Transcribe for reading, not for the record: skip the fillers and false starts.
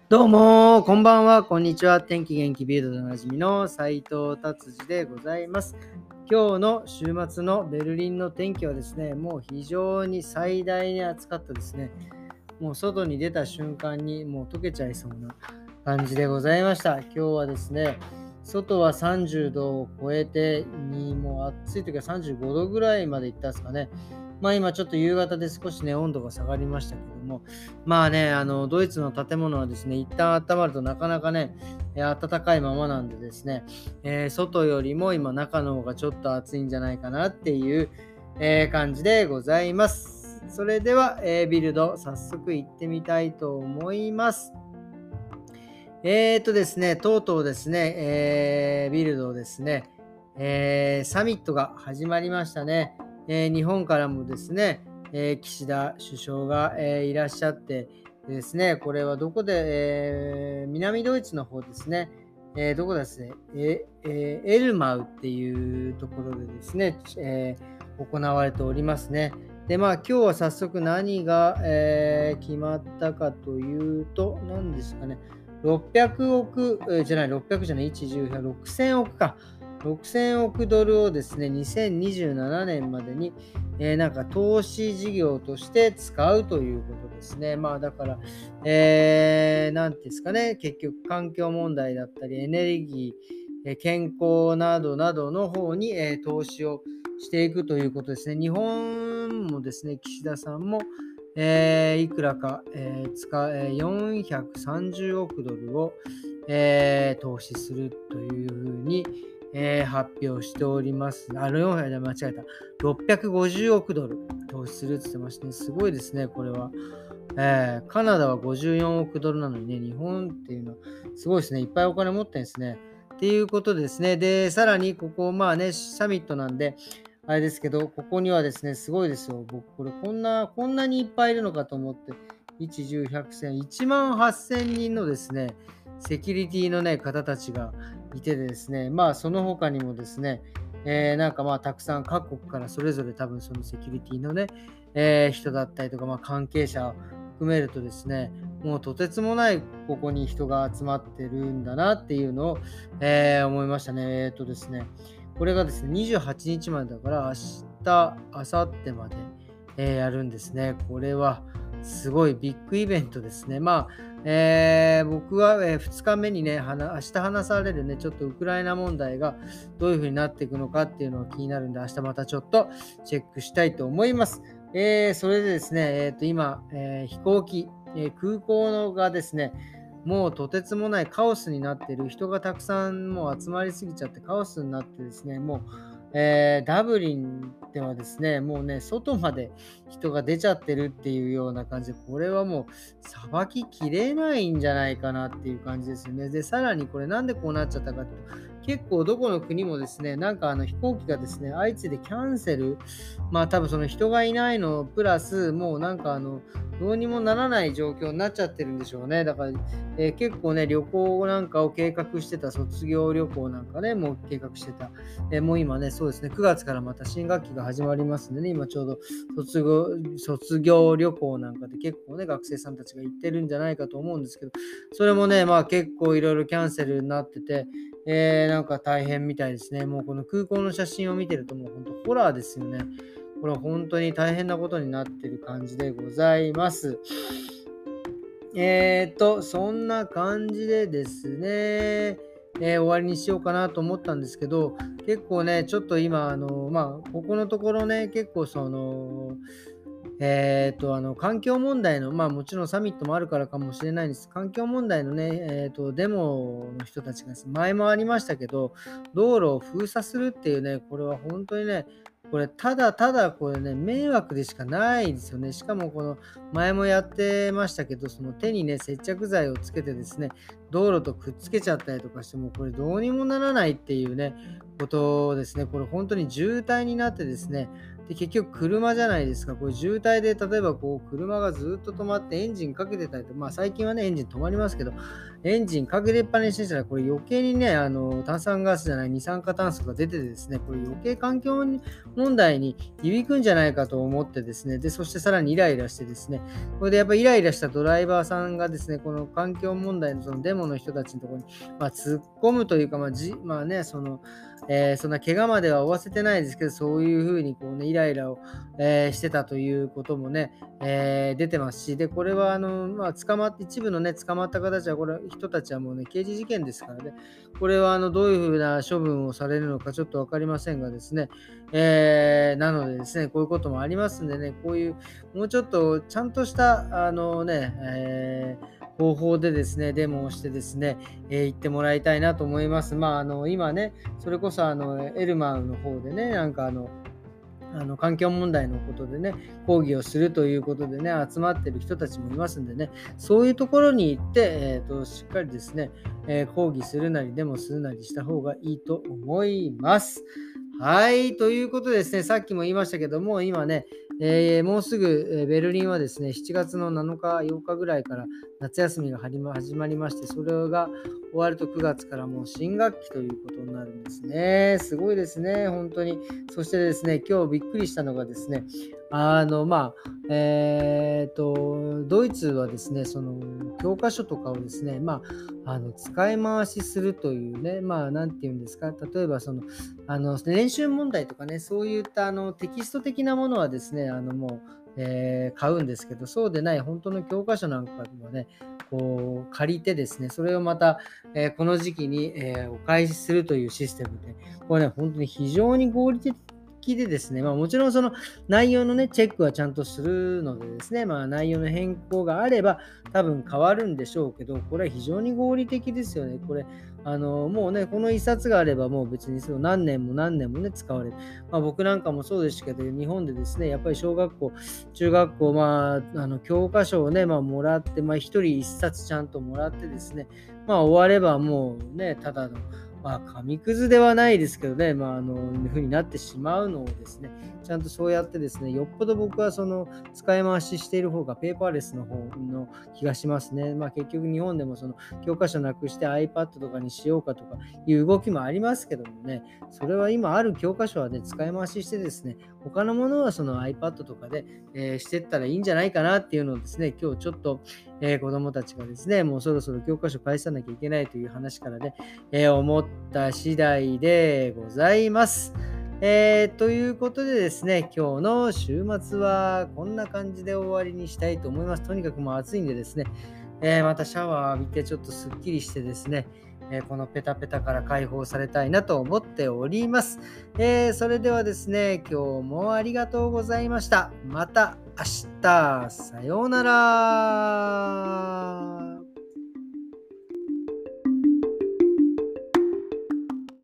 どうも、こんばんは、こんにちは。天気元気ビルドでおなじみの斉藤達治でございます。今日の週末のベルリンの天気はですね、もう非常に最大に暑かったですね。もう外に出た瞬間にもう溶けちゃいそうな感じでございました。今日はですね、外は30度を超えてもう暑い時は35度ぐらいまで行ったんですかね。今ちょっと夕方で少しね、温度が下がりましたけども、ドイツの建物はですね、一旦温まるとなかなかね、暖かいままなんでですね、外よりも今中の方がちょっと暑いんじゃないかなっていう、感じでございます。それでは、ビルド早速行ってみたいと思います。ですね、とうとうですね、ビルドですね、サミットが始まりましたね。日本からもですね、岸田首相が、いらっしゃってですね、これはどこで、南ドイツの方ですね、どこですね、エルマウっていうところでですね、行われておりますね。で、今日は早速何が、決まったかというと、何ですかね、600億、じゃない、600じゃない、1、10、6000億か。6000億ドルをですね、2027年までに、投資事業として使うということですね。だから、なんていうんですかね、結局環境問題だったり、エネルギー、健康などなどの方に、投資をしていくということですね。日本もですね、岸田さんも、いくらか、430億ドルを、投資するというふうに、発表しております。400間違えた。650億ドル投資するって言ってましてね、すごいですね、これは。カナダは54億ドルなのにね、日本っていうのはすごいですね。いっぱいお金持ってるんですね。っていうことですね。で、さらにここ、サミットなんで、あれですけど、ここにはですね、すごいですよ。僕、これこんなにいっぱいいるのかと思って、1、10、100、1000、1万8000人のですね、セキュリティのね、方たちがいてですね、その他にもですね、たくさん各国からそれぞれ多分そのセキュリティのね、人だったりとか、関係者を含めるとですね、もうとてつもないここに人が集まってるんだなっていうのを、思いましたね。ですね、これがですね、28日までだから、明後日まで、やるんですね。これはすごいビッグイベントですね。僕は、2日目にね、明日話されるね、ちょっとウクライナ問題がどういう風になっていくのかっていうのが気になるんで、明日またちょっとチェックしたいと思います。それでですね、今、飛行機、空港のがですね、もうとてつもないカオスになっている、人がたくさんもう集まりすぎちゃってカオスになってですね、もう、ダブリンではですね、もうね、外まで人が出ちゃってるっていうような感じで、これはもうさばききれないんじゃないかなっていう感じですよね。で、さらにこれなんでこうなっちゃったかっていうと、結構どこの国もですね、飛行機がですね、相次いでキャンセル、多分その人がいないのプラス、もうどうにもならない状況になっちゃってるんでしょうね。だから、結構ね、旅行なんかを計画してた、卒業旅行なんかね、もう計画してた。もう今ね、そうですね、9月からまた新学期が始まりますんでね、今ちょうど卒業旅行なんかで結構ね、学生さんたちが行ってるんじゃないかと思うんですけど、それもね、結構いろいろキャンセルになってて、大変みたいですね。もうこの空港の写真を見てるともう本当ホラーですよね。これは本当に大変なことになってる感じでございます。そんな感じでですね、終わりにしようかなと思ったんですけど、結構ね、ちょっと今、ここのところね、結構環境問題の、もちろんサミットもあるからかもしれないんです。環境問題のね、デモの人たちがですね、前もありましたけど、道路を封鎖するっていうね、これは本当にね、これただただこれね、迷惑でしかないですよね。しかもこの前もやってましたけど、その手にね、接着剤をつけてですね、道路とくっつけちゃったりとかしても、これどうにもならないっていうね、ことですね。これ本当に渋滞になってですね、 で、結局車じゃないですか。これ渋滞で例えばこう車がずっと止まってエンジンかけてたりと、最近はね、エンジン止まりますけど、エンジンかけれっぱなしにしたら、これ余計にね、炭酸ガスじゃない二酸化炭素が出てですね、これ余計環境問題に響くんじゃないかと思ってですね、で、そしてさらにイライラしてですね、これでやっぱイライラしたドライバーさんがですね、この環境問題のそのデモの人たちのところに、突っ込むというか、そんな怪我までは負わせてないですけど、そういうふうにこうね、イライラを、してたということもね、出てますし、で、これは一部のね、捕まった人たちはもうね、刑事事件ですからね、これはどういうふうな処分をされるのかちょっとわかりませんがですね、なのでですね、こういうこともありますんでね、こういう、もうちょっとちゃんとした、方法でですね、デモをしてですね、行ってもらいたいなと思います。今ね、それこそエルマウの方でね、環境問題のことでね、抗議をするということでね、集まってる人たちもいますんでね、そういうところに行って、しっかりですね、抗議するなりデモするなりした方がいいと思います。はい、ということでですね、さっきも言いましたけども、今ね、もうすぐ、ベルリンはですね、7月の7日、8日ぐらいから夏休みが始まりまして、それが終わると9月からもう新学期ということになるんですね。すごいですね、本当に。そしてですね、今日びっくりしたのがですね、ドイツはですね、その教科書とかをですね、使い回しするというね、なんていうんですか、例えば練習問題とかね、そういったテキスト的なものはですね、買うんですけど、そうでない本当の教科書なんかもね、こう借りてですね、それをまた、この時期に、お返しするというシステムで、これね、本当に非常に合理的でですね、もちろんその内容のね、チェックはちゃんとするのでですね、内容の変更があれば多分変わるんでしょうけど、これは非常に合理的ですよね。これ、もうね、この一冊があればもう別にその何年も何年もね、使われる。僕なんかもそうですけど、日本でですね、やっぱり小学校、中学校、教科書をね、もらって、一人一冊ちゃんともらってですね、終わればもうね、ただの、紙くずではないですけどね、風になってしまうのをですね、ちゃんとそうやってですね、よっぽど僕はその使い回ししている方がペーパーレスの方の気がしますね。結局日本でもその教科書なくして iPad とかにしようかとかいう動きもありますけどもね、それは今ある教科書はね、使い回ししてですね、他のものはその iPad とかで、してったらいいんじゃないかなっていうのをですね、今日ちょっと、子供たちがですね、もうそろそろ教科書返さなきゃいけないという話からね、思った次第でございます。ということでですね、今日の週末はこんな感じで終わりにしたいと思います。とにかくもう暑いんでですね、またシャワー浴びてちょっとすっきりしてですね、このペタペタから解放されたいなと思っております。それではですね、今日もありがとうございました。また明日、さようなら。